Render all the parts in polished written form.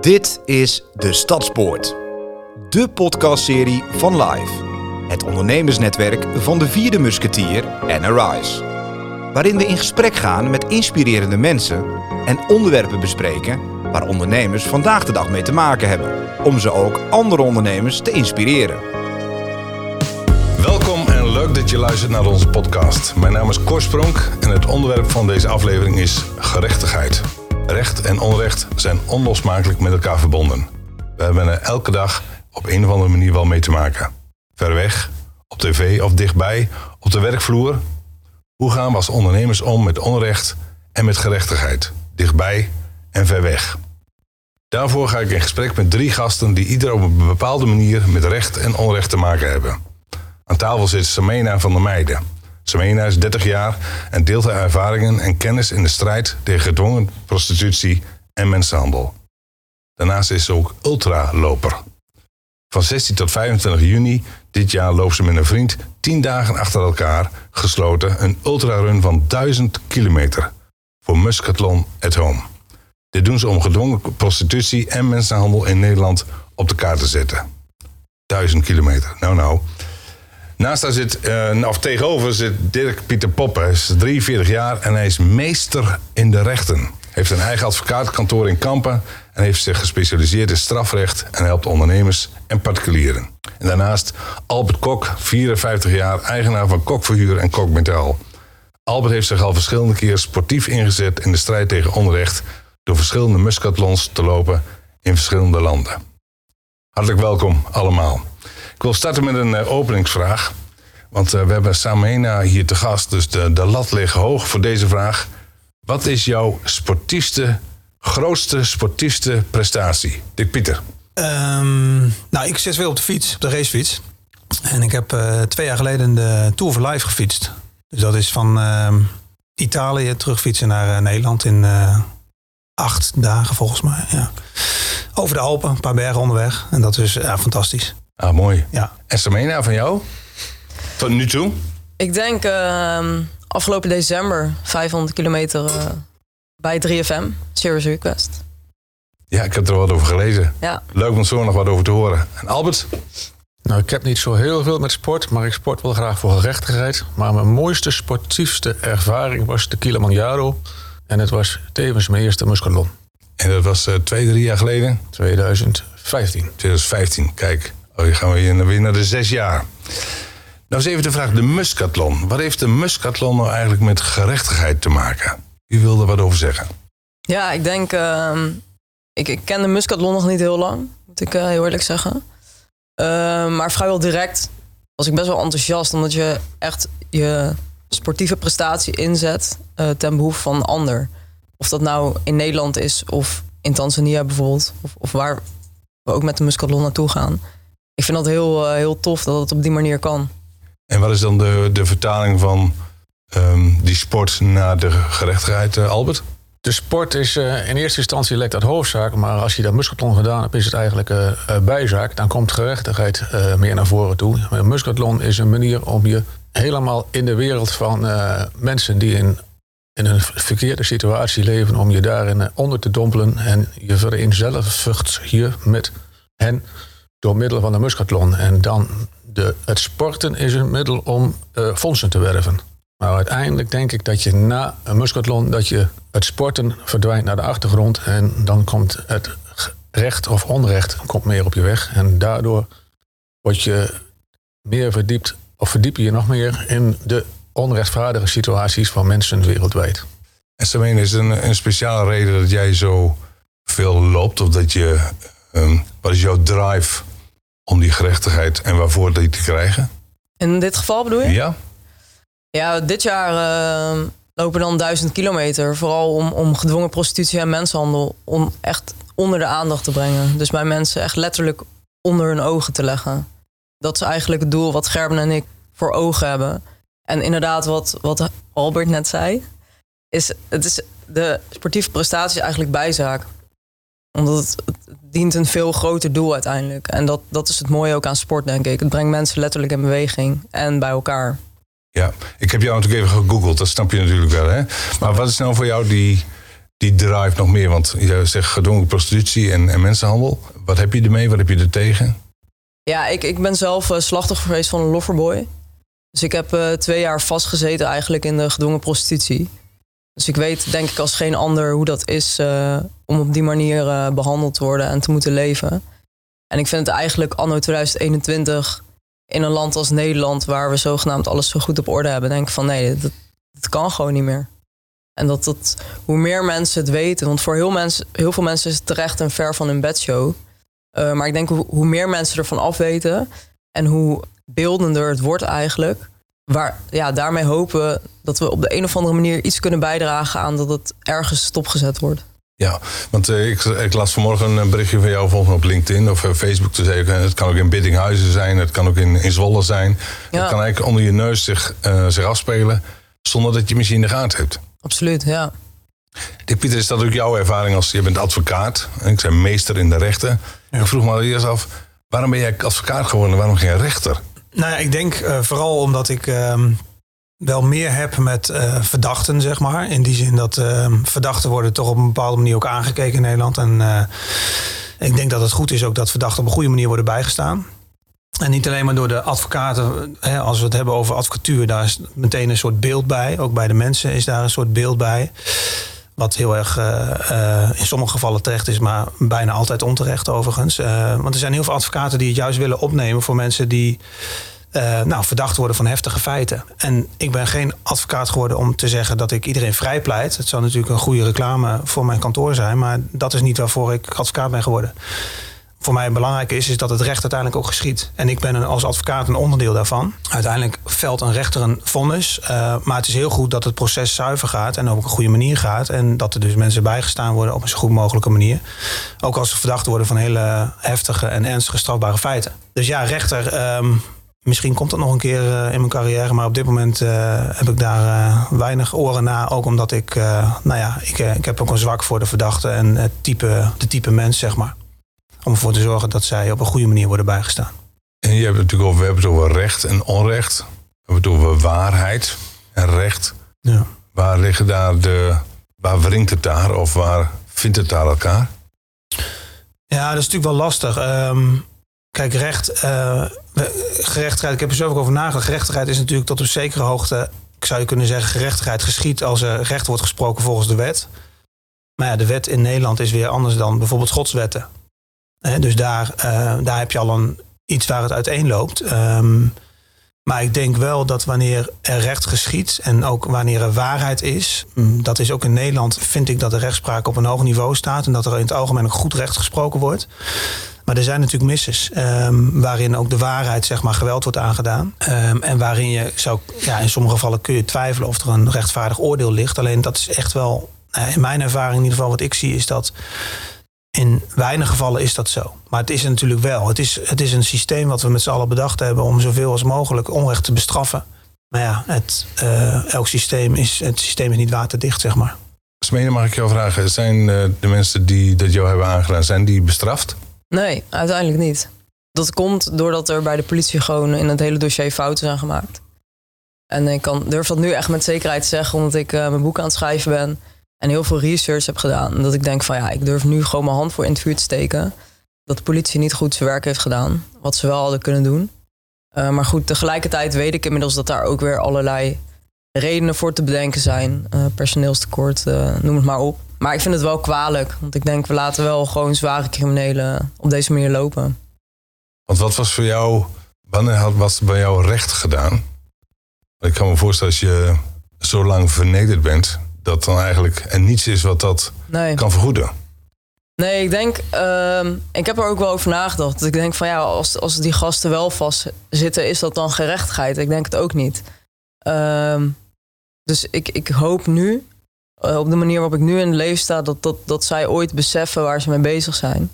Dit is De Stadspoort. De podcastserie van Live. Het ondernemersnetwerk van de Vierde Musketier en Arise. Waarin we in gesprek gaan met inspirerende mensen en onderwerpen bespreken waar ondernemers vandaag de dag mee te maken hebben. Om ze ook andere ondernemers te inspireren. Welkom en leuk dat je luistert naar onze podcast. Mijn naam is Cor Spronk en het onderwerp van deze aflevering is gerechtigheid. Recht en onrecht zijn onlosmakelijk met elkaar verbonden. We hebben er elke dag op een of andere manier wel mee te maken. Ver weg, op tv of dichtbij, op de werkvloer. Hoe gaan we als ondernemers om met onrecht en met gerechtigheid? Dichtbij en ver weg. Daarvoor ga ik in gesprek met 3 gasten die ieder op een bepaalde manier met recht en onrecht te maken hebben. Aan tafel zit Samena van der Meijden. Samena is 30 jaar en deelt haar ervaringen en kennis in de strijd tegen gedwongen prostitutie en mensenhandel. Daarnaast is ze ook ultraloper. Van 16 tot 25 juni dit jaar loopt ze met een vriend 10 dagen achter elkaar gesloten een ultrarun van 1000 kilometer voor Muscatlon at Home. Dit doen ze om gedwongen prostitutie en mensenhandel in Nederland op de kaart te zetten. 1000 kilometer, nou. Naast haar tegenover zit Dirk Pieter Poppen. Hij is 43 jaar en hij is meester in de rechten. Heeft een eigen advocatenkantoor in Kampen en heeft zich gespecialiseerd in strafrecht en helpt ondernemers en particulieren. En daarnaast Albert Kok, 54 jaar, eigenaar van Kokverhuur en Kok Metaal. Albert heeft zich al verschillende keren sportief ingezet in de strijd tegen onrecht door verschillende Muscatlons te lopen in verschillende landen. Hartelijk welkom allemaal. Ik wil starten met een openingsvraag. Want we hebben Samena hier te gast, dus de lat ligt hoog voor deze vraag. Wat is jouw grootste sportiefste prestatie? Dick Pieter. Ik zit veel op de fiets, op de racefiets. En ik heb 2 jaar geleden de Tour for Life gefietst. Dus dat is van Italië terugfietsen naar Nederland in 8 dagen volgens mij. Ja. Over de Alpen, een paar bergen onderweg. En dat is fantastisch. Ah, mooi. Ja. En Samena, van jou? Tot nu toe? Ik denk afgelopen december 500 kilometer bij 3FM, Serious Request. Ja, ik heb er wat over gelezen. Ja. Leuk om zo nog wat over te horen. En Albert? Nou, ik heb niet zo heel veel met sport, maar ik sport wel graag voor gerechtigheid. Maar mijn mooiste sportiefste ervaring was de Kilimanjaro. En het was tevens mijn eerste Muscatlon. En dat was 2-3 jaar geleden? 2015. Kijk. Dan gaan we weer naar de 6 jaar. Nou is even de vraag, de Muscatlon. Wat heeft de Muscatlon nou eigenlijk met gerechtigheid te maken? Wie wil er wat over zeggen? Ja, ik denk... Ik ken de Muscatlon nog niet heel lang, moet ik heel eerlijk zeggen. Maar vrijwel direct was ik best wel enthousiast, omdat je echt je sportieve prestatie inzet ten behoeve van een ander. Of dat nou in Nederland is of in Tanzania bijvoorbeeld. Of waar we ook met de Muscatlon naartoe gaan. Ik vind dat heel tof dat het op die manier kan. En wat is dan de vertaling van die sport naar de gerechtigheid, Albert? De sport is in eerste instantie lijkt dat hoofdzaak. Maar als je dat Muscatlon gedaan hebt, is het eigenlijk bijzaak. Dan komt gerechtigheid meer naar voren toe. Een Muscatlon is een manier om je helemaal in de wereld van mensen die in een verkeerde situatie leven, om je daarin onder te dompelen en je vereenzelvigt je met hen door middel van de Muscatlon. En dan het sporten is een middel om fondsen te werven. Maar uiteindelijk denk ik dat je na een Muscatlon dat je het sporten verdwijnt naar de achtergrond en dan komt het recht of onrecht komt meer op je weg. En daardoor word je meer verdiept of verdiep je je nog meer in de onrechtvaardige situaties van mensen wereldwijd. En Samena, is een speciale reden dat jij zo veel loopt? Of dat je, wat is jouw drive om die gerechtigheid en waarvoor die te krijgen? In dit geval bedoel je? Ja. Ja, dit jaar lopen dan 1000 kilometer. Vooral om gedwongen prostitutie en mensenhandel om echt onder de aandacht te brengen. Dus bij mensen echt letterlijk onder hun ogen te leggen. Dat is eigenlijk het doel wat Gerben en ik voor ogen hebben. En inderdaad, wat Albert net zei, de sportieve prestatie is eigenlijk bijzaak. Omdat het dient een veel groter doel uiteindelijk. En dat is het mooie ook aan sport, denk ik. Het brengt mensen letterlijk in beweging en bij elkaar. Ja, ik heb jou natuurlijk even gegoogeld, dat snap je natuurlijk wel, hè? Maar wat is nou voor jou die drive nog meer? Want je zegt gedwongen prostitutie en mensenhandel. Wat heb je ermee? Wat heb je er tegen? Ja, ik ben zelf slachtoffer geweest van een loverboy. Dus ik heb 2 jaar vastgezeten eigenlijk in de gedwongen prostitutie. Dus ik weet denk ik als geen ander hoe dat is om op die manier behandeld te worden en te moeten leven. En ik vind het eigenlijk anno 2021 in een land als Nederland, waar we zogenaamd alles zo goed op orde hebben, denk ik van nee, dat kan gewoon niet meer. En dat hoe meer mensen het weten, want voor heel veel mensen is het terecht een ver van hun bedshow. Maar ik denk hoe meer mensen ervan afweten en hoe beeldender het wordt eigenlijk, daarmee hopen we dat we op de een of andere manier iets kunnen bijdragen aan dat het ergens stopgezet wordt. Ja, want ik las vanmorgen een berichtje van jou volgens op LinkedIn of Facebook te zeggen. Het kan ook in Biddinghuizen zijn, het kan ook in Zwolle zijn. Ja. Het kan eigenlijk onder je neus zich afspelen zonder dat je misschien in de gaten hebt. Absoluut, ja. Dick Pieter, is dat ook jouw ervaring als je bent advocaat? En ik ben meester in de rechten. Ja. Ik vroeg me al eerst af, waarom ben jij advocaat geworden? Waarom geen rechter? Nou ja, ik denk vooral omdat ik wel meer heb met verdachten, zeg maar. In die zin dat verdachten worden toch op een bepaalde manier ook aangekeken in Nederland. En ik denk dat het goed is ook dat verdachten op een goede manier worden bijgestaan. En niet alleen maar door de advocaten. Als we het hebben over advocatuur, daar is meteen een soort beeld bij. Ook bij de mensen is daar een soort beeld bij. Wat heel erg in sommige gevallen terecht is, maar bijna altijd onterecht overigens. Want er zijn heel veel advocaten die het juist willen opnemen voor mensen die verdacht worden van heftige feiten. En ik ben geen advocaat geworden om te zeggen dat ik iedereen vrijpleit. Het zou natuurlijk een goede reclame voor mijn kantoor zijn, maar dat is niet waarvoor ik advocaat ben geworden. Voor mij belangrijk is dat het recht uiteindelijk ook geschiet. En ik ben als advocaat een onderdeel daarvan. Uiteindelijk velt een rechter een vonnis. Maar het is heel goed dat het proces zuiver gaat en op een goede manier gaat. En dat er dus mensen bijgestaan worden op een zo goed mogelijke manier. Ook als ze verdacht worden van hele heftige en ernstige strafbare feiten. Dus ja, rechter, misschien komt dat nog een keer in mijn carrière. Maar op dit moment heb ik daar weinig oren naar. Ook omdat ik heb ook een zwak voor de verdachte en de type mens, zeg maar. Om ervoor te zorgen dat zij op een goede manier worden bijgestaan. En je hebt het natuurlijk we hebben het over recht en onrecht. We hebben het over waarheid en recht. Ja. Waar liggen waar wringt het daar of waar vindt het daar elkaar? Ja, dat is natuurlijk wel lastig. Kijk, gerechtigheid, ik heb er zelf ook over nagedacht. Gerechtigheid is natuurlijk tot op zekere hoogte, ik zou je kunnen zeggen, gerechtigheid geschiet als er recht wordt gesproken volgens de wet. Maar ja, de wet in Nederland is weer anders dan bijvoorbeeld godswetten. Dus daar heb je al iets waar het uiteenloopt. Maar ik denk wel dat wanneer er recht geschiet en ook wanneer er waarheid is, dat is ook in Nederland, vind ik dat de rechtspraak op een hoog niveau staat en dat er in het algemeen ook goed recht gesproken wordt. Maar er zijn natuurlijk misses waarin ook de waarheid, zeg maar, geweld wordt aangedaan. En waarin je in sommige gevallen kun je twijfelen of er een rechtvaardig oordeel ligt. Alleen dat is echt wel, in mijn ervaring in ieder geval wat ik zie, is dat in weinig gevallen is dat zo. Maar het is er natuurlijk wel. Het is een systeem wat we met z'n allen bedacht hebben om zoveel als mogelijk onrecht te bestraffen. Maar ja, elk systeem is niet waterdicht, zeg maar. Smene, mag ik jou vragen, zijn de mensen die dat jou hebben aangedaan, zijn die bestraft? Nee, uiteindelijk niet. Dat komt doordat er bij de politie gewoon in het hele dossier fouten zijn gemaakt. En ik durf dat nu echt met zekerheid te zeggen, omdat ik mijn boek aan het schrijven ben en heel veel research heb gedaan. Dat ik denk van ik durf nu gewoon mijn hand voor in het vuur te steken. Dat de politie niet goed zijn werk heeft gedaan. Wat ze wel hadden kunnen doen. Maar goed, tegelijkertijd weet ik inmiddels dat daar ook weer allerlei redenen voor te bedenken zijn. Personeelstekort, noem het maar op. Maar ik vind het wel kwalijk. Want ik denk, we laten wel gewoon zware criminelen op deze manier lopen. Want wat was voor jou, wanneer was bij jou recht gedaan? Ik kan me voorstellen, als je zo lang vernederd bent, dat dan eigenlijk er niets is wat dat kan vergoeden. Nee, ik denk, ik heb er ook wel over nagedacht. Dat ik denk van als die gasten wel vastzitten, is dat dan gerechtigheid? Ik denk het ook niet. Dus ik hoop nu, op de manier waarop ik nu in het leven sta, dat zij ooit beseffen waar ze mee bezig zijn.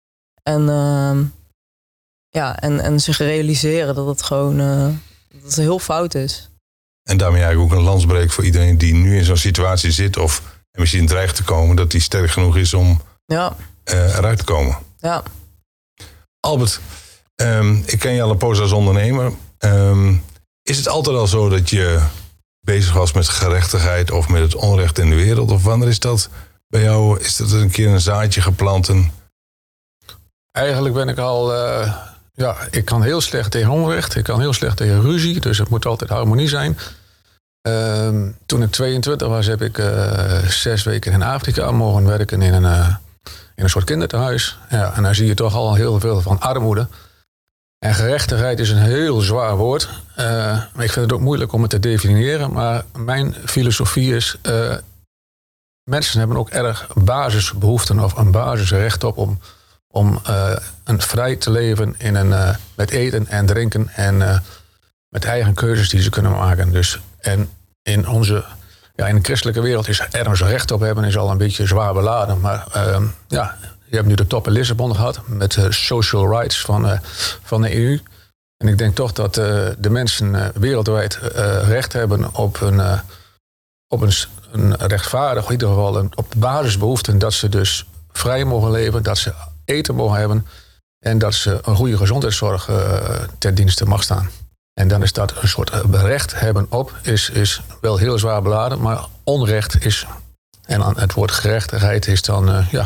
En zich realiseren dat het gewoon dat het heel fout is. En daarmee eigenlijk ook een lansbreek voor iedereen die nu in zo'n situatie zit of misschien dreigt te komen, dat die sterk genoeg is om eruit te komen. Ja. Albert, ik ken je al een poos als ondernemer. Is het altijd al zo dat je bezig was met gerechtigheid of met het onrecht in de wereld? Of wanneer is dat Bij jou is er een keer een zaadje geplant? Eigenlijk ben ik al... ik kan heel slecht tegen onrecht. Ik kan heel slecht tegen ruzie. Dus het moet altijd harmonie zijn. Toen ik 22 was, heb ik 6 weken in Afrika mogen werken in een soort kinderthuis. Ja, en daar zie je toch al heel veel van armoede. En gerechtigheid is een heel zwaar woord. Maar ik vind het ook moeilijk om het te definiëren. Maar mijn filosofie is... mensen hebben ook erg basisbehoeften of een basisrecht op om een vrij te leven met eten en drinken en met eigen keuzes die ze kunnen maken. Dus, en in de christelijke wereld is ergens recht op hebben is al een beetje zwaar beladen. Maar je hebt nu de top in Lissabon gehad met social rights van de EU. En ik denk toch dat de mensen wereldwijd recht hebben op een rechtvaardig, in ieder geval op de basisbehoeften dat ze dus vrij mogen leven, dat ze eten mogen hebben en dat ze een goede gezondheidszorg ten dienste mag staan. En dan is dat een soort recht hebben op, is wel heel zwaar beladen, maar onrecht is, en het woord gerechtigheid is dan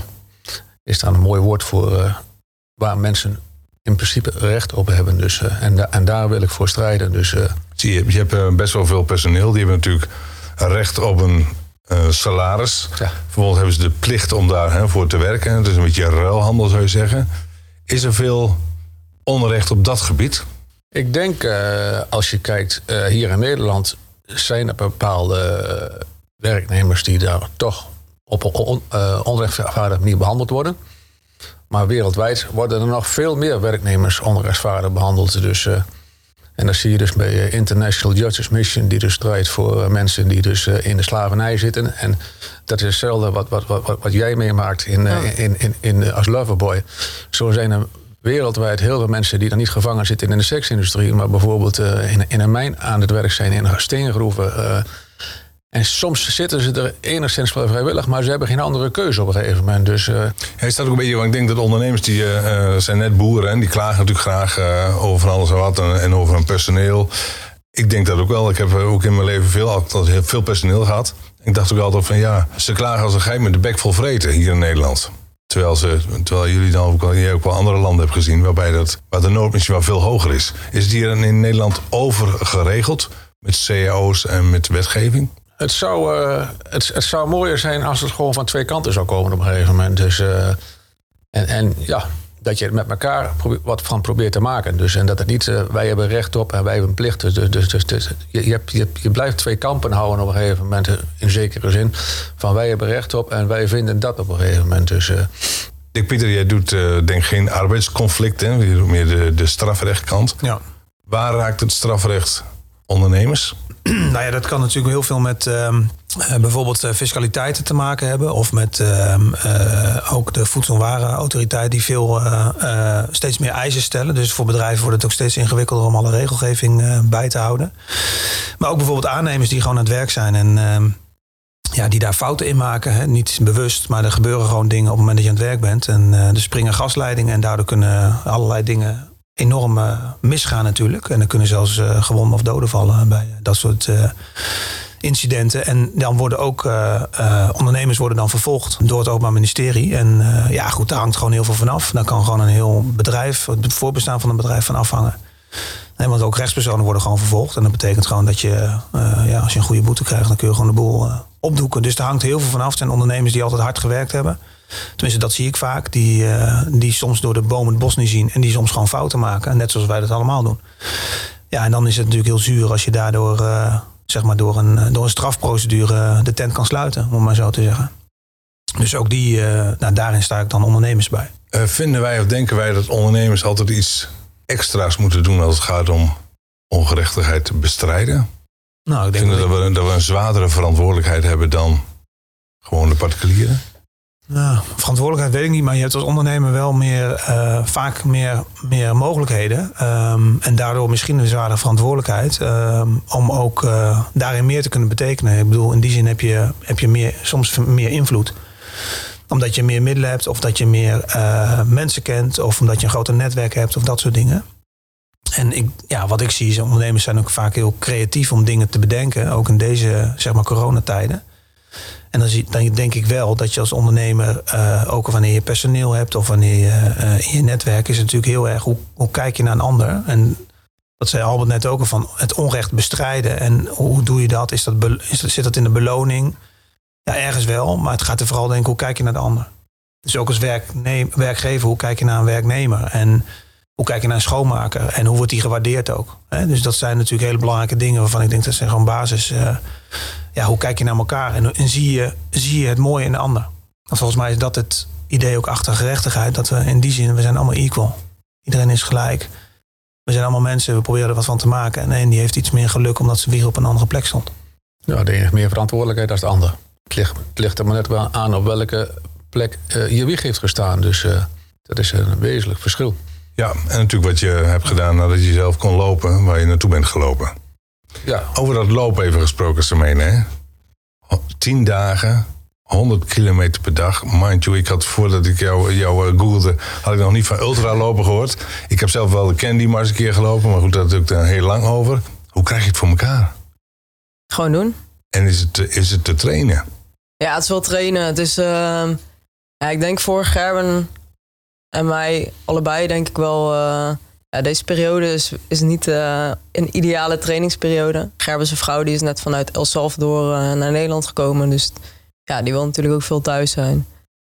een mooi woord voor waar mensen in principe recht op hebben. Dus, en daar wil ik voor strijden. Dus, Zie je hebt best wel veel personeel, die hebben natuurlijk recht op een salaris. Ja. Vervolgens hebben ze de plicht om daar voor te werken. Het is een beetje ruilhandel, zou je zeggen. Is er veel onrecht op dat gebied? Ik denk, als je kijkt, hier in Nederland zijn er bepaalde werknemers die daar toch op een onrechtvaardige manier behandeld worden. Maar wereldwijd worden er nog veel meer werknemers onrechtvaardig behandeld. Dus, en dat zie je dus bij International Justice Mission, die dus strijdt voor mensen die dus in de slavernij zitten. En dat is hetzelfde wat jij meemaakt als loverboy. Zo zijn er wereldwijd heel veel mensen die dan niet gevangen zitten in de seksindustrie, maar bijvoorbeeld in een mijn aan het werk zijn, in steengroeven. En soms zitten ze er enigszins vrijwillig, maar ze hebben geen andere keuze op een gegeven moment. Dus, Hij staat ook een beetje, want ik denk dat ondernemers die zijn net boeren en die klagen natuurlijk graag over van alles en wat en over hun personeel. Ik denk dat ook wel. Ik heb ook in mijn leven altijd veel personeel gehad. Ik dacht ook altijd van ze klagen als een geit met de bek vol vreten hier in Nederland. Terwijl jullie dan ook wel andere landen hebben gezien waar de nood misschien wel veel hoger is. Is het hier in Nederland overgeregeld met cao's en met wetgeving? Het zou mooier zijn als het gewoon van twee kanten zou komen op een gegeven moment. Dus, dat je het met elkaar wat van probeert te maken. Dus, en dat het niet, wij hebben recht op en wij hebben plichten. Dus je blijft twee kampen houden op een gegeven moment. In zekere zin. Van wij hebben recht op en wij vinden dat op een gegeven moment. Dus, Dick Pieter, jij doet denk ik geen arbeidsconflict. Hè? Je doet meer de strafrechtkant. Ja. Waar raakt het strafrecht ondernemers? Nou ja, dat kan natuurlijk heel veel met bijvoorbeeld fiscaliteiten te maken hebben. Of met ook de Voedsel- en Warenautoriteit die steeds meer eisen stellen. Dus voor bedrijven wordt het ook steeds ingewikkelder om alle regelgeving bij te houden. Maar ook bijvoorbeeld aannemers die gewoon aan het werk zijn en die daar fouten in maken. Hè. Niet bewust, maar er gebeuren gewoon dingen op het moment dat je aan het werk bent. En er springen gasleidingen en daardoor kunnen allerlei dingen enorm misgaan natuurlijk. En er kunnen zelfs gewonden of doden vallen bij dat soort incidenten. En dan worden ook ondernemers worden dan vervolgd door het Openbaar Ministerie. En daar hangt gewoon heel veel vanaf. Daar kan gewoon een heel bedrijf, het voorbestaan van een bedrijf van afhangen. Nee, want ook rechtspersonen worden gewoon vervolgd. En dat betekent gewoon dat je, als je een goede boete krijgt, dan kun je gewoon de boel opdoeken. Dus daar hangt heel veel vanaf. Het zijn ondernemers die altijd hard gewerkt hebben. Tenminste, dat zie ik vaak. Die soms door de boom het bos niet zien. En die soms gewoon fouten maken. Net zoals wij dat allemaal doen. Ja, en dan is het natuurlijk heel zuur als je daardoor door een strafprocedure de tent kan sluiten. Om maar zo te zeggen. Dus ook daarin sta ik dan ondernemers bij. Vinden wij of denken wij dat ondernemers altijd iets extra's moeten doen als het gaat om ongerechtigheid te bestrijden? Nou, ik denk dat we een zwaardere verantwoordelijkheid hebben dan gewoon de particulieren? Nou, verantwoordelijkheid weet ik niet, maar je hebt als ondernemer wel vaak meer mogelijkheden. En daardoor misschien een zware verantwoordelijkheid. Om ook daarin meer te kunnen betekenen. Ik bedoel, in die zin heb je soms meer invloed. Omdat je meer middelen hebt, of dat je meer mensen kent, of omdat je een groter netwerk hebt, of dat soort dingen. En wat ik zie is, ondernemers zijn ook vaak heel creatief om dingen te bedenken. Ook in deze, coronatijden. En dan denk ik wel dat je als ondernemer, ook wanneer je personeel hebt of wanneer je in je netwerk, is het natuurlijk heel erg hoe kijk je naar een ander. En dat zei Albert net ook al, van het onrecht bestrijden. En hoe doe je dat? Zit dat in de beloning? Ja, ergens wel. Maar het gaat er vooral denken, hoe kijk je naar de ander? Dus ook als werkgever, hoe kijk je naar een werknemer? En hoe kijk je naar een schoonmaker? En hoe wordt die gewaardeerd ook? Dus dat zijn natuurlijk hele belangrijke dingen waarvan ik denk dat zijn gewoon basis. Hoe kijk je naar elkaar? En zie je het mooie in de ander? En volgens mij is dat het idee ook achter gerechtigheid. Dat we in die zin, we zijn allemaal equal. Iedereen is gelijk. We zijn allemaal mensen, we proberen er wat van te maken. En de een die heeft iets meer geluk omdat ze weer op een andere plek stond. Ja, de ene heeft meer verantwoordelijkheid dan de ander. Het ligt er maar net wel aan op welke plek je wieg heeft gestaan. Dus dat is een wezenlijk verschil. Ja, en natuurlijk wat je hebt gedaan nadat je zelf kon lopen, waar je naartoe bent gelopen. Ja. Over dat lopen even gesproken, Sermene, hè? 10 dagen, 100 kilometer per dag. Mind you, ik had voordat ik jou googelde, had ik nog niet van ultralopen gehoord. Ik heb zelf wel de Candy maar eens een keer gelopen, maar goed, daar doe ik daar heel lang over. Hoe krijg je het voor elkaar? Gewoon doen. En is het te trainen? Ja, het is wel trainen. Het is, ik denk voor Gerben en mij allebei denk ik wel, deze periode is niet een ideale trainingsperiode. Gerben zijn vrouw die is net vanuit El Salvador naar Nederland gekomen. Dus ja, die wil natuurlijk ook veel thuis zijn.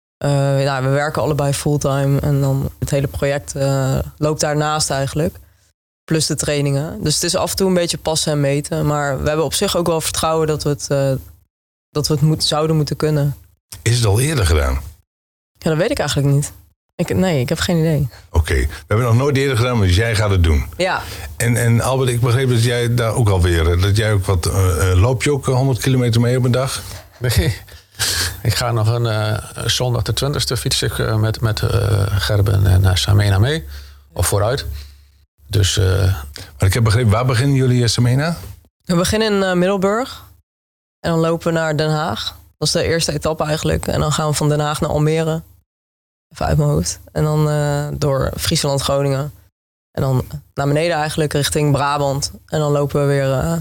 We werken allebei fulltime en dan het hele project loopt daarnaast eigenlijk. Plus de trainingen. Dus het is af en toe een beetje passen en meten. Maar we hebben op zich ook wel vertrouwen dat we het zouden moeten kunnen. Is het al eerder gedaan? Ja, dat weet ik eigenlijk niet. Ik heb geen idee. Oké, we hebben het nog nooit eerder gedaan, maar dus jij gaat het doen. Ja. En Albert, ik begreep dat jij daar ook alweer, dat jij ook wat, loop je ook 100 kilometer mee op een dag? Nee, ik ga nog een zondag de 20e fiets ik met Gerben en Samena mee. Of vooruit. Dus, maar ik heb begrepen, waar beginnen jullie, Samena? We beginnen in Middelburg. En dan lopen we naar Den Haag. Dat is de eerste etappe eigenlijk. En dan gaan we van Den Haag naar Almere. Even uit mijn hoofd. En dan door Friesland, Groningen. En dan naar beneden eigenlijk richting Brabant. En dan lopen we weer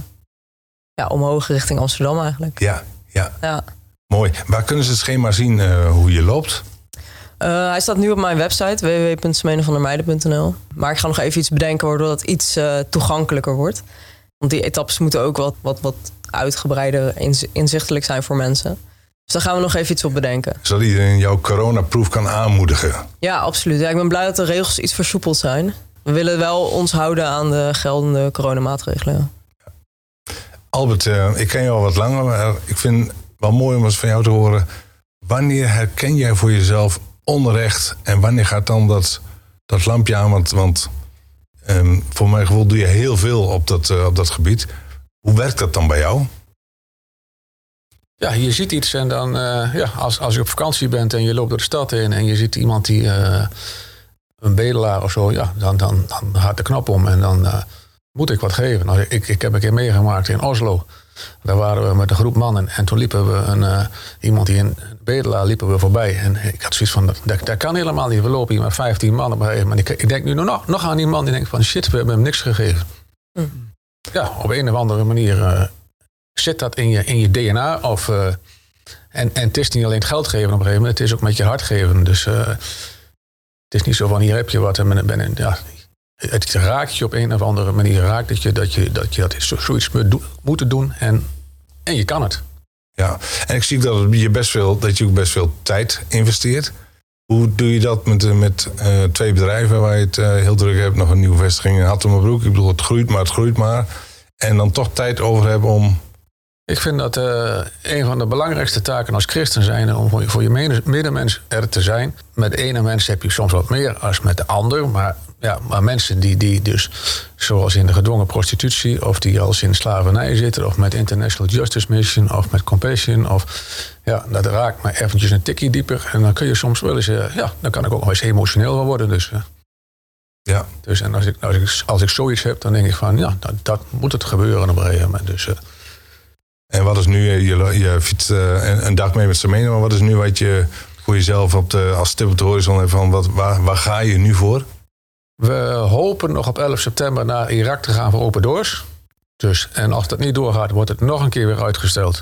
omhoog richting Amsterdam eigenlijk. Ja. Mooi. Waar kunnen ze het schema zien hoe je loopt? Hij staat nu op mijn website www.smenevandermeijden.nl. Maar ik ga nog even iets bedenken waardoor het iets toegankelijker wordt. Want die etappes moeten ook wat uitgebreider inzichtelijk zijn voor mensen. Dus daar gaan we nog even iets op bedenken. Zodat iedereen jouw coronaproof kan aanmoedigen. Ja, absoluut. Ja, ik ben blij dat de regels iets versoepeld zijn. We willen wel ons houden aan de geldende coronamaatregelen. Albert, ik ken jou al wat langer, maar ik vind het wel mooi om eens van jou te horen. Wanneer herken jij voor jezelf onrecht en wanneer gaat dan dat lampje aan? Want voor mijn gevoel doe je heel veel op dat gebied. Hoe werkt dat dan bij jou? Ja, je ziet iets en dan, als je op vakantie bent en je loopt door de stad in en je ziet iemand die een bedelaar of zo, ja, dan gaat de knop om en dan moet ik wat geven. Nou, ik heb een keer meegemaakt in Oslo. Daar waren we met een groep mannen en toen liepen we iemand die een bedelaar liepen we voorbij. En ik had zoiets van, dat kan helemaal niet. We lopen hier met 15 man op een gegeven moment. Ik denk nu nog aan die man die denkt van shit, we hebben hem niks gegeven. Ja, op een of andere manier zit dat in je DNA. En het is niet alleen het geld geven op een gegeven moment, het is ook met je hart geven. Dus het is niet zo van hier heb je wat. Het raakt je op een of andere manier, raakt dat je zoiets moet doen en je kan het. Ja, en ik zie dat je ook best veel tijd investeert. Hoe doe je dat met 2 bedrijven waar je het heel druk hebt? Nog een nieuwe vestiging in Hattemerbroek. Ik bedoel, het groeit maar. En dan toch tijd over hebben om... Ik vind dat een van de belangrijkste taken als christen zijn om voor je medemens er te zijn. Met de ene mens heb je soms wat meer als met de ander. Maar mensen die dus, zoals in de gedwongen prostitutie, of die als in slavernij zitten, of met International Justice Mission, of met Compassion, dat raakt me eventjes een tikje dieper. En dan kun je soms wel eens, dan kan ik ook nog eens emotioneel van worden. Dus, ja. Dus en als ik zoiets heb, dan denk ik van, dat moet het gebeuren op een gegeven moment. Dus, en wat is nu, je fietst een dag mee met Samena, maar wat is nu wat je voor jezelf als stip op de horizon hebt van waar ga je nu voor? We hopen nog op 11 september naar Irak te gaan voor Open Doors. Dus, en als dat niet doorgaat, wordt het nog een keer weer uitgesteld.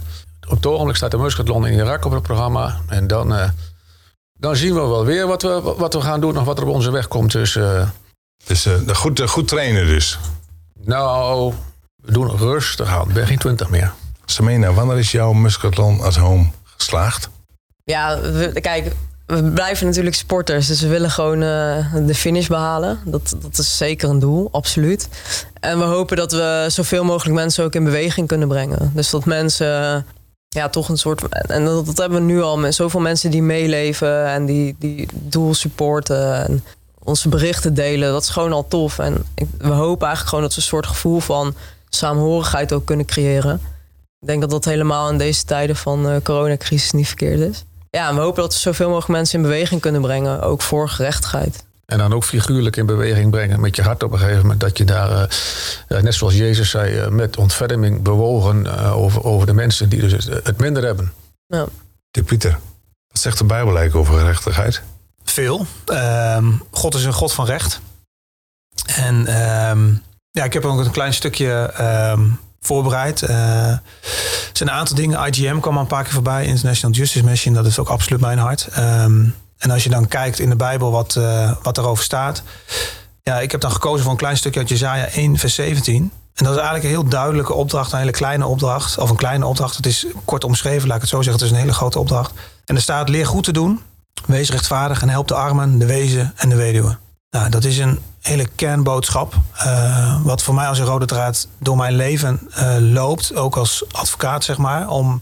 Op het ogenblik staat de Muscatlon in Irak op het programma. En dan zien we wel weer wat we gaan doen of wat er op onze weg komt. Dus goed trainen dus. Nou, we doen rustig aan. Ik ben geen 20 meer. Semena, wanneer is jouw Muscatlon at Home geslaagd? Ja, we blijven natuurlijk sporters. Dus we willen gewoon de finish behalen. Dat is zeker een doel, absoluut. En we hopen dat we zoveel mogelijk mensen ook in beweging kunnen brengen. Dus dat mensen toch een soort... En dat hebben we nu al met zoveel mensen die meeleven en die doel supporten en onze berichten delen. Dat is gewoon al tof. En we hopen eigenlijk gewoon dat we een soort gevoel van saamhorigheid ook kunnen creëren. Ik denk dat dat helemaal in deze tijden van coronacrisis niet verkeerd is. Ja, en we hopen dat we zoveel mogelijk mensen in beweging kunnen brengen. Ook voor gerechtigheid. En dan ook figuurlijk in beweging brengen met je hart op een gegeven moment. Dat je daar, net zoals Jezus zei, met ontferming bewogen over de mensen die dus het minder hebben. Ja. Pieter, wat zegt de Bijbel eigenlijk over gerechtigheid? Veel. God is een God van recht. En ik heb ook een klein stukje voorbereid. Er zijn een aantal dingen. IGM kwam al een paar keer voorbij. International Justice Mission, dat is ook absoluut mijn hart. En als je dan kijkt in de Bijbel wat erover staat. Ja, ik heb dan gekozen voor een klein stukje uit Jesaja 1 vers 17. En dat is eigenlijk een heel duidelijke opdracht. Een hele kleine opdracht. Of een kleine opdracht. Het is kort omschreven, laat ik het zo zeggen. Het is een hele grote opdracht. En er staat: leer goed te doen. Wees rechtvaardig en help de armen, de wezen en de weduwe. Nou, dat is een hele kernboodschap. Wat voor mij als een rode draad door mijn leven loopt. Ook als advocaat, zeg maar. Om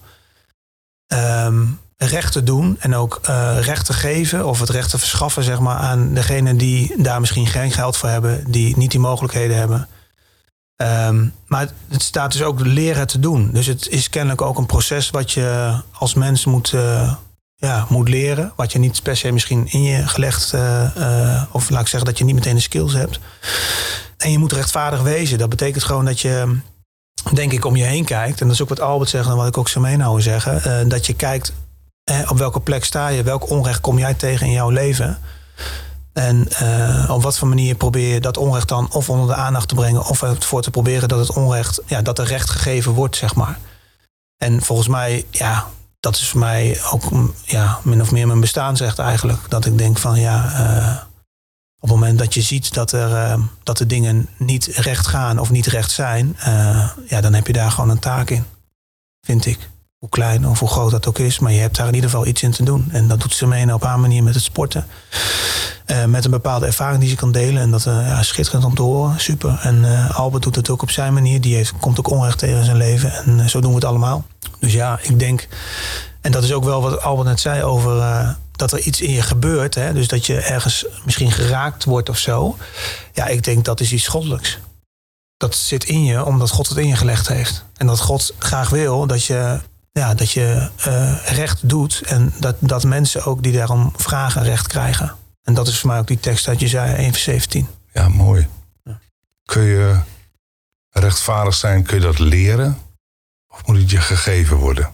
recht te doen en ook recht te geven. Of het recht te verschaffen, zeg maar, aan degenen die daar misschien geen geld voor hebben. Die niet die mogelijkheden hebben. Maar het staat dus ook leren te doen. Dus het is kennelijk ook een proces wat je als mens moet leren. Wat je niet per se misschien in je gelegd... of laat ik zeggen dat je niet meteen de skills hebt. En je moet rechtvaardig wezen. Dat betekent gewoon dat je, denk ik, om je heen kijkt. En dat is ook wat Albert zegt en wat ik ook zo mee nou zeggen. Dat je kijkt op welke plek sta je. Welk onrecht kom jij tegen in jouw leven. En op wat voor manier probeer je dat onrecht dan of onder de aandacht te brengen. Of ervoor te proberen dat het onrecht, dat er recht gegeven wordt, zeg maar. En volgens mij, dat is voor mij ook min of meer mijn bestaan zegt eigenlijk. Dat ik denk van op het moment dat je ziet dat de dingen niet recht gaan of niet recht zijn. Dan heb je daar gewoon een taak in. Vind ik. Hoe klein of hoe groot dat ook is. Maar je hebt daar in ieder geval iets in te doen. En dat doet Semena op haar manier met het sporten. Met een bepaalde ervaring die ze kan delen. En dat schitterend om te horen. Super. En Albert doet het ook op zijn manier. Die komt ook onrecht tegen in zijn leven. En zo doen we het allemaal. Dus ik denk... En dat is ook wel wat Albert net zei over... dat er iets in je gebeurt. Hè? Dus dat je ergens misschien geraakt wordt of zo. Ja, ik denk dat is iets goddelijks. Dat zit in je omdat God het in je gelegd heeft. En dat God graag wil dat je recht doet. En dat mensen ook die daarom vragen recht krijgen. En dat is voor mij ook die tekst uit Jesaja 1 vers 17. Ja, mooi. Ja. Kun je rechtvaardig zijn, kun je dat leren? Of moet het je gegeven worden?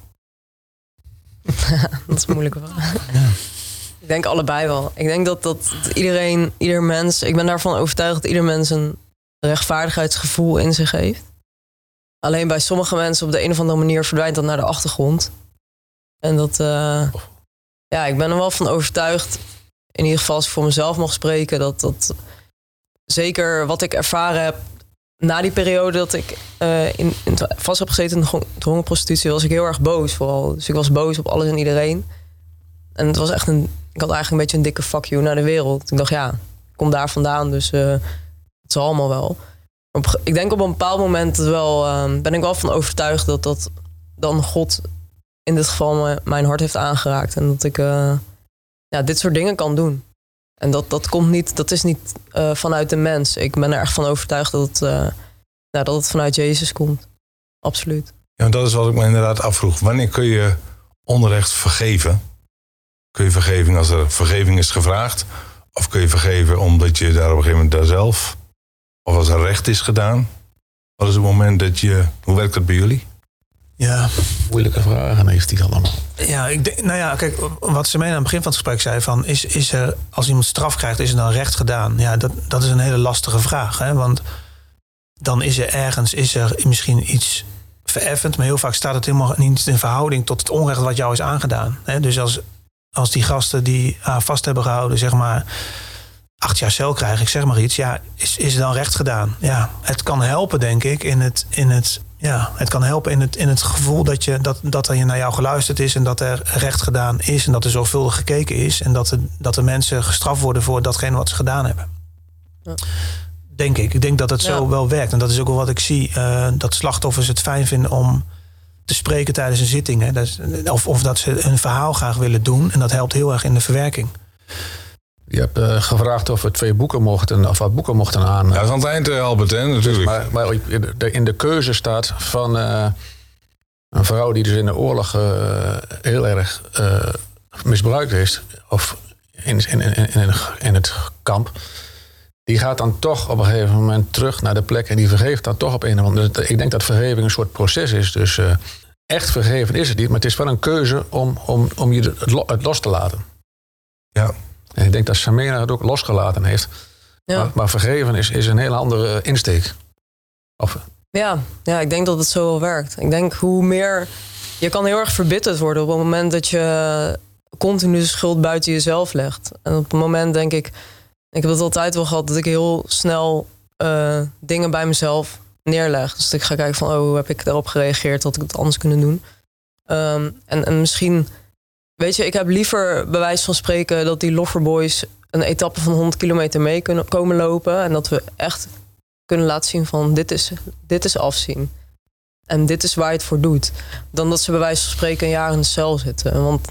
Dat is moeilijk wel. Ja. Ik denk allebei wel. Ik denk dat ieder mens... Ik ben daarvan overtuigd dat ieder mens een rechtvaardigheidsgevoel in zich heeft. Alleen bij sommige mensen op de een of andere manier verdwijnt dat naar de achtergrond. En dat... ik ben er wel van overtuigd... In ieder geval als ik voor mezelf mag spreken... dat zeker wat ik ervaren heb... Na die periode dat ik vast heb gezeten in de dwongenprostitutie... was ik heel erg boos vooral. Dus ik was boos op alles en iedereen. En het was echt ik had eigenlijk een beetje een dikke fuck you naar de wereld. Ik dacht, ik kom daar vandaan, dus het zal allemaal wel. Ik denk op een bepaald moment ben ik wel van overtuigd... dat dan God in dit geval mijn hart heeft aangeraakt. En dat ik dit soort dingen kan doen. En dat is niet vanuit de mens. Ik ben er echt van overtuigd dat het vanuit Jezus komt. Absoluut. Ja, dat is wat ik me inderdaad afvroeg. Wanneer kun je onrecht vergeven? Kun je vergeving als er vergeving is gevraagd? Of kun je vergeven omdat je daar op een gegeven moment daar zelf... of als er recht is gedaan? Wat is het moment dat je... Hoe werkt dat bij jullie? Ja. Moeilijke vragen heeft hij allemaal. Ja, ik denk, kijk, wat Semena aan het begin van het gesprek zei... van is er, als iemand straf krijgt, is er dan recht gedaan? Ja, dat is een hele lastige vraag. Hè? Want dan is er misschien iets vereffend, maar heel vaak staat het helemaal niet in verhouding tot het onrecht wat jou is aangedaan. Dus als die gasten die haar vast hebben gehouden, zeg maar 8 jaar cel krijgen, ik zeg maar iets, ja, is er dan recht gedaan? Ja, het kan helpen, denk ik, het kan helpen in het gevoel dat er naar jou geluisterd is en dat er recht gedaan is en dat er zorgvuldig gekeken is en dat de mensen gestraft worden voor datgene wat ze gedaan hebben. Ja. Denk ik. Ik denk dat het zo wel werkt. En dat is ook wel wat ik zie, dat slachtoffers het fijn vinden om te spreken tijdens een zitting. Hè. Of dat ze een verhaal graag willen doen. En dat helpt heel erg in de verwerking. Je hebt gevraagd of we 2 boeken mochten, of wat boeken mochten aan. Ja, dat is aan het eind, Albert, hè, natuurlijk. Dus, maar in de keuze staat van een vrouw die dus in de oorlog heel erg misbruikt is. Of in het kamp. Die gaat dan toch op een gegeven moment terug naar de plek en die vergeeft dan toch op een of andere. Dus ik denk dat vergeving een soort proces is. Dus echt vergeven is het niet, maar het is wel een keuze om je het los te laten. Ja. En ik denk dat Samena het ook losgelaten heeft. Ja. Maar vergeven is een hele andere insteek. Ja, ik denk dat het zo wel werkt. Ik denk hoe meer. Je kan heel erg verbitterd worden op het moment dat je continu de schuld buiten jezelf legt. En op het moment denk ik heb het altijd wel gehad dat ik heel snel dingen bij mezelf neerleg. Dus ik ga kijken van, hoe heb ik daarop gereageerd? Had ik het anders kunnen doen? En misschien, weet je, ik heb liever bij wijze van spreken dat die Loverboys een etappe van 100 kilometer mee kunnen komen lopen. En dat we echt kunnen laten zien van, dit is afzien. En dit is waar je het voor doet. Dan dat ze bij wijze van spreken een jaar in de cel zitten. Want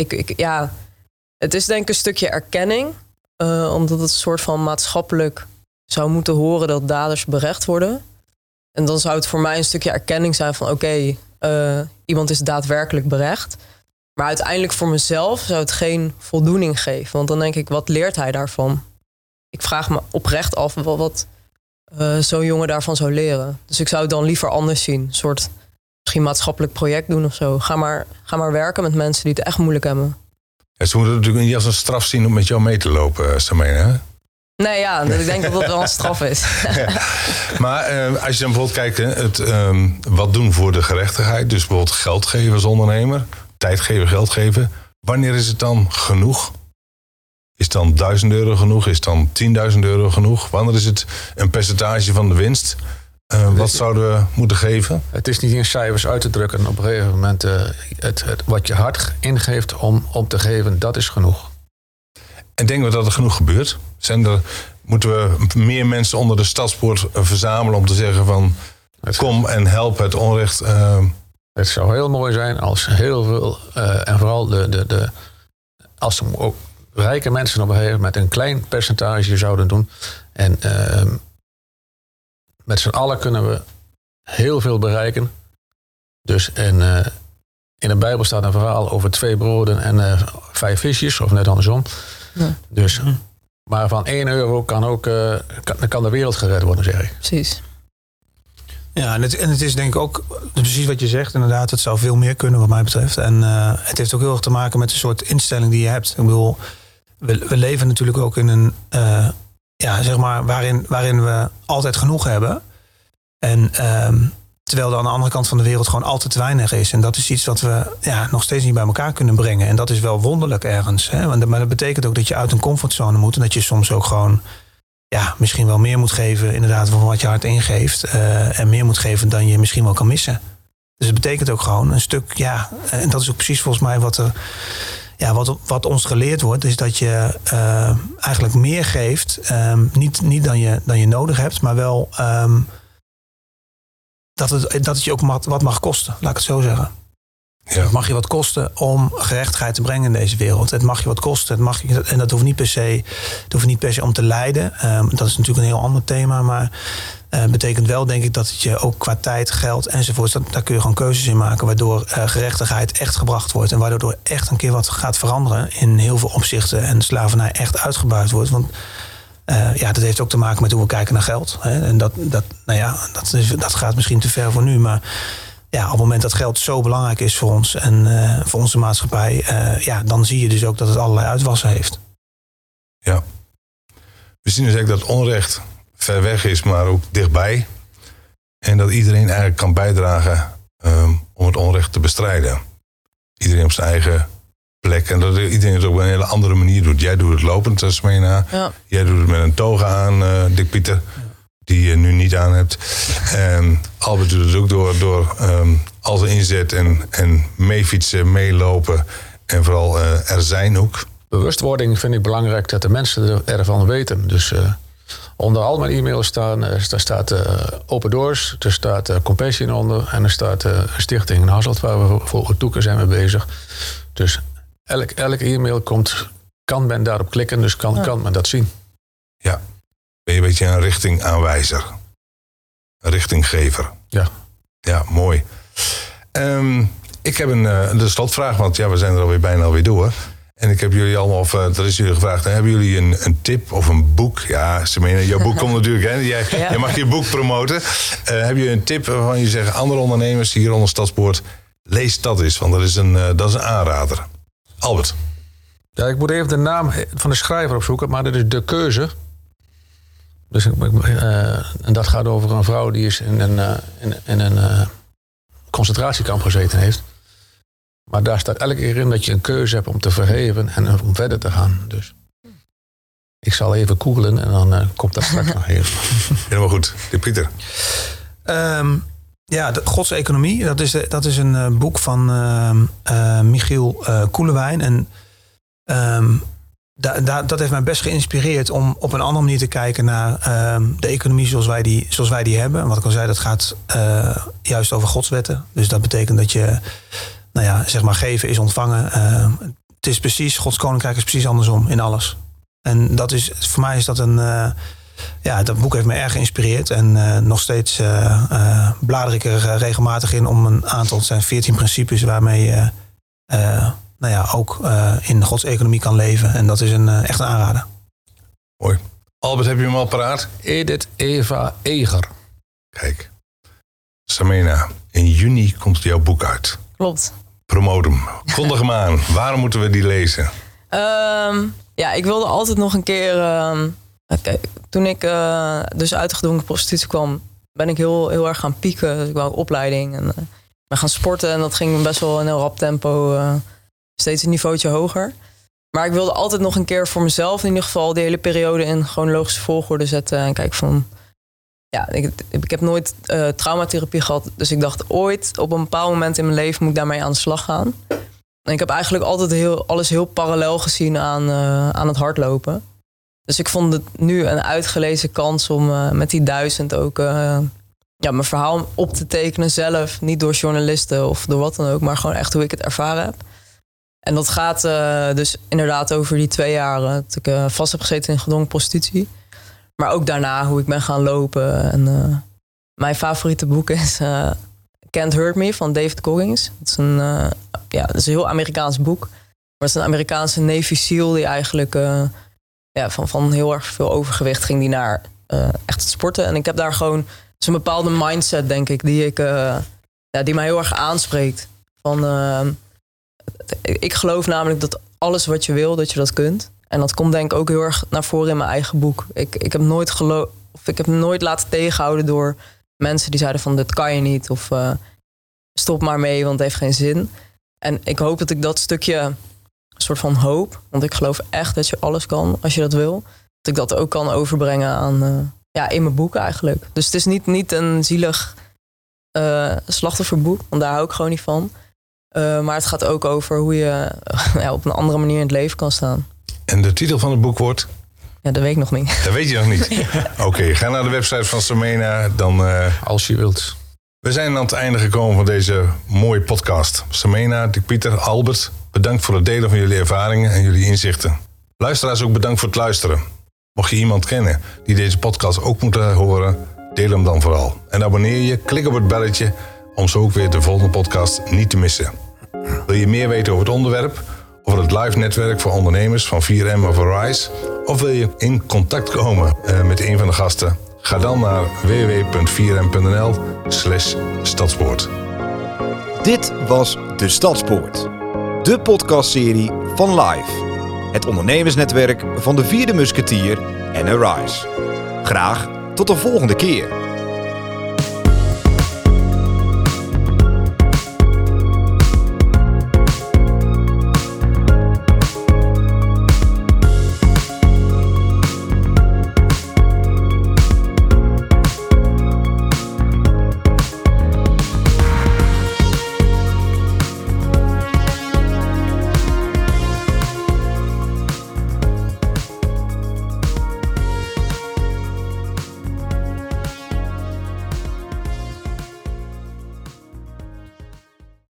het is denk ik een stukje erkenning. Omdat het een soort van maatschappelijk zou moeten horen dat daders berecht worden. En dan zou het voor mij een stukje erkenning zijn van iemand is daadwerkelijk berecht. Maar uiteindelijk voor mezelf zou het geen voldoening geven. Want dan denk ik, wat leert hij daarvan? Ik vraag me oprecht af wat zo'n jongen daarvan zou leren. Dus ik zou het dan liever anders zien. Een soort misschien maatschappelijk project doen of zo. Ga maar werken met mensen die het echt moeilijk hebben. Ja, ze moeten natuurlijk niet als een straf zien om met jou mee te lopen, Samena. Nee, ik denk dat dat wel een straf is. Ja. Maar als je dan bijvoorbeeld kijkt, wat doen voor de gerechtigheid. Dus bijvoorbeeld geld geven als ondernemer. Tijd geven, geld geven. Wanneer is het dan genoeg? Is dan €1000 genoeg? Is dan €10.000 genoeg? Wanneer is het een percentage van de winst? Wat zouden we moeten geven? Het is niet in cijfers uit te drukken. Op een gegeven moment wat je hart ingeeft om te geven, dat is genoeg. En denken we dat er genoeg gebeurt? Moeten we meer mensen onder de stadspoort verzamelen om te zeggen van, kom en help het onrecht? Het zou heel mooi zijn als heel veel, en vooral als ook rijke mensen op een gegeven moment een klein percentage zouden doen. En met z'n allen kunnen we heel veel bereiken. Dus in de Bijbel staat een verhaal over 2 broden en 5 visjes, of net andersom. Ja. Dus, maar van €1 kan de wereld gered worden, zeg ik. Precies. Ja, en het is denk ik ook precies wat je zegt. Inderdaad, het zou veel meer kunnen wat mij betreft. En het heeft ook heel erg te maken met de soort instelling die je hebt. Ik bedoel, we leven natuurlijk ook in een zeg maar, waarin we altijd genoeg hebben. En terwijl er aan de andere kant van de wereld gewoon altijd te weinig is. En dat is iets wat we nog steeds niet bij elkaar kunnen brengen. En dat is wel wonderlijk ergens. Hè? Maar dat betekent ook dat je uit een comfortzone moet. En dat je soms ook gewoon misschien wel meer moet geven, inderdaad, van wat je hart ingeeft. En meer moet geven dan je misschien wel kan missen. Dus het betekent ook gewoon een stuk, en dat is ook precies volgens mij wat ons geleerd wordt, is dat je eigenlijk meer geeft. Niet dan je nodig hebt, maar wel dat het je ook wat mag kosten, laat ik het zo zeggen. Ja. Het mag je wat kosten om gerechtigheid te brengen in deze wereld. Het mag je wat kosten. En dat hoeft niet per se om te lijden. Dat is natuurlijk een heel ander thema. Maar het betekent wel, denk ik, dat het je ook qua tijd, geld enzovoort, daar kun je gewoon keuzes in maken. Waardoor gerechtigheid echt gebracht wordt. En waardoor echt een keer wat gaat veranderen in heel veel opzichten. En slavernij echt uitgebuit wordt. Want dat heeft ook te maken met hoe we kijken naar geld. Hè? En dat gaat misschien te ver voor nu. Maar op het moment dat geld zo belangrijk is voor ons en voor onze maatschappij, dan zie je dus ook dat het allerlei uitwassen heeft. Ja. We zien dus eigenlijk dat onrecht ver weg is, maar ook dichtbij. En dat iedereen eigenlijk kan bijdragen om het onrecht te bestrijden. Iedereen op zijn eigen plek. En dat iedereen het op een hele andere manier doet. Jij doet het lopend, Samena. Ja. Jij doet het met een toga aan, Dick Pieter. Die je nu niet aan hebt. Albert doet het ook door al zijn inzet en meefietsen, meelopen. En vooral er zijn ook. Bewustwording vind ik belangrijk dat de mensen ervan weten. Dus onder al mijn e-mails daar staat Open Doors, er staat Compassion onder en er staat een stichting in Hasselt waar we voor Otoeken zijn mee bezig. Dus elke e-mail kan men daarop klikken, dus kan men dat zien. Ja, ben je een beetje een richtingaanwijzer. Een richtinggever. Ja. Ja, mooi. Ik heb de slotvraag, want we zijn er bijna door. En ik heb jullie allemaal, er is jullie gevraagd, hebben jullie een tip of een boek? Ja, Samena, jouw boek komt natuurlijk, hè? Jij mag je boek promoten. Heb je een tip waarvan je zegt, andere ondernemers hier onder Stadspoort, lees dat eens, want dat is een aanrader. Albert. Ja, ik moet even de naam van de schrijver opzoeken, maar dat is De Keuze. Dus, en dat gaat over een vrouw die is in een concentratiekamp gezeten heeft. Maar daar staat elke keer in dat je een keuze hebt om te vergeven en om verder te gaan. Dus ik zal even googlen en dan komt dat straks nog even. Helemaal goed. Pieter. Gods Economie. Dat is een boek van Michiel Koelewijn. En dat heeft mij best geïnspireerd om op een andere manier te kijken naar de economie zoals wij die hebben. En wat ik al zei, dat gaat juist over godswetten. Dus dat betekent dat je, zeg maar, geven is ontvangen. Het is precies, Gods Koninkrijk is precies andersom in alles. En dat is, voor mij is dat dat boek heeft me erg geïnspireerd. En nog steeds blader ik er regelmatig in om een aantal, het zijn 14 principes waarmee je ook in Gods economie kan leven. En dat is echt een aanrader. Mooi. Albert, heb je hem al paraat? Edith Eva Eger. Kijk. Samena, in juni komt jouw boek uit. Klopt. Promote hem. Kondig hem aan. Waarom moeten we die lezen? Ik wilde altijd nog een keer... toen ik dus uit de gedwongen prostitutie kwam, ben ik heel erg gaan pieken. Dus ik wou opleiding en ben gaan sporten. En dat ging best wel in een heel rap tempo, steeds een niveautje hoger. Maar ik wilde altijd nog een keer voor mezelf in ieder geval die hele periode in chronologische volgorde zetten. En kijken van... Ja, ik heb nooit traumatherapie gehad. Dus ik dacht ooit, op een bepaald moment in mijn leven, moet ik daarmee aan de slag gaan. En ik heb eigenlijk altijd alles heel parallel gezien aan het hardlopen. Dus ik vond het nu een uitgelezen kans om met die 1000 ook mijn verhaal op te tekenen zelf. Niet door journalisten of door wat dan ook, maar gewoon echt hoe ik het ervaren heb. En dat gaat dus inderdaad over die 2 jaar dat ik vast heb gezeten in gedwongen prostitutie. Maar ook daarna hoe ik ben gaan lopen. En mijn favoriete boek is Can't Hurt Me van David Goggins. Het is een heel Amerikaans boek. Maar het is een Amerikaanse Navy SEAL die eigenlijk van heel erg veel overgewicht ging die naar echt het sporten. En ik heb daar gewoon een bepaalde mindset, denk ik, die mij heel erg aanspreekt. Ik geloof namelijk dat alles wat je wil, dat je dat kunt. En dat komt denk ik ook heel erg naar voren in mijn eigen boek. Ik heb nooit laten tegenhouden door mensen die zeiden van dit kan je niet. Of stop maar mee, want het heeft geen zin. En ik hoop dat ik dat stukje, een soort van hoop. Want ik geloof echt dat je alles kan als je dat wil. Dat ik dat ook kan overbrengen aan in mijn boek eigenlijk. Dus het is niet een zielig slachtofferboek. Want daar hou ik gewoon niet van. Maar het gaat ook over hoe je op een andere manier in het leven kan staan. En de titel van het boek wordt? Ja, dat weet ik nog niet. Dat weet je nog niet? Oké, ga naar de website van Samena. Dan, als je wilt. We zijn aan het einde gekomen van deze mooie podcast. Samena, Dick Pieter, Albert, bedankt voor het delen van jullie ervaringen en jullie inzichten. Luisteraars ook bedankt voor het luisteren. Mocht je iemand kennen die deze podcast ook moet horen, deel hem dan vooral. En abonneer je, klik op het belletje om zo ook weer de volgende podcast niet te missen. Wil je meer weten over het onderwerp? Over het live netwerk voor ondernemers van 4M of Arise? Of wil je in contact komen met een van de gasten? Ga dan naar www.4m.nl/stadspoort. Dit was De Stadspoort. De podcastserie van Live. Het ondernemersnetwerk van de Vierde Musketier en Arise. Graag tot de volgende keer.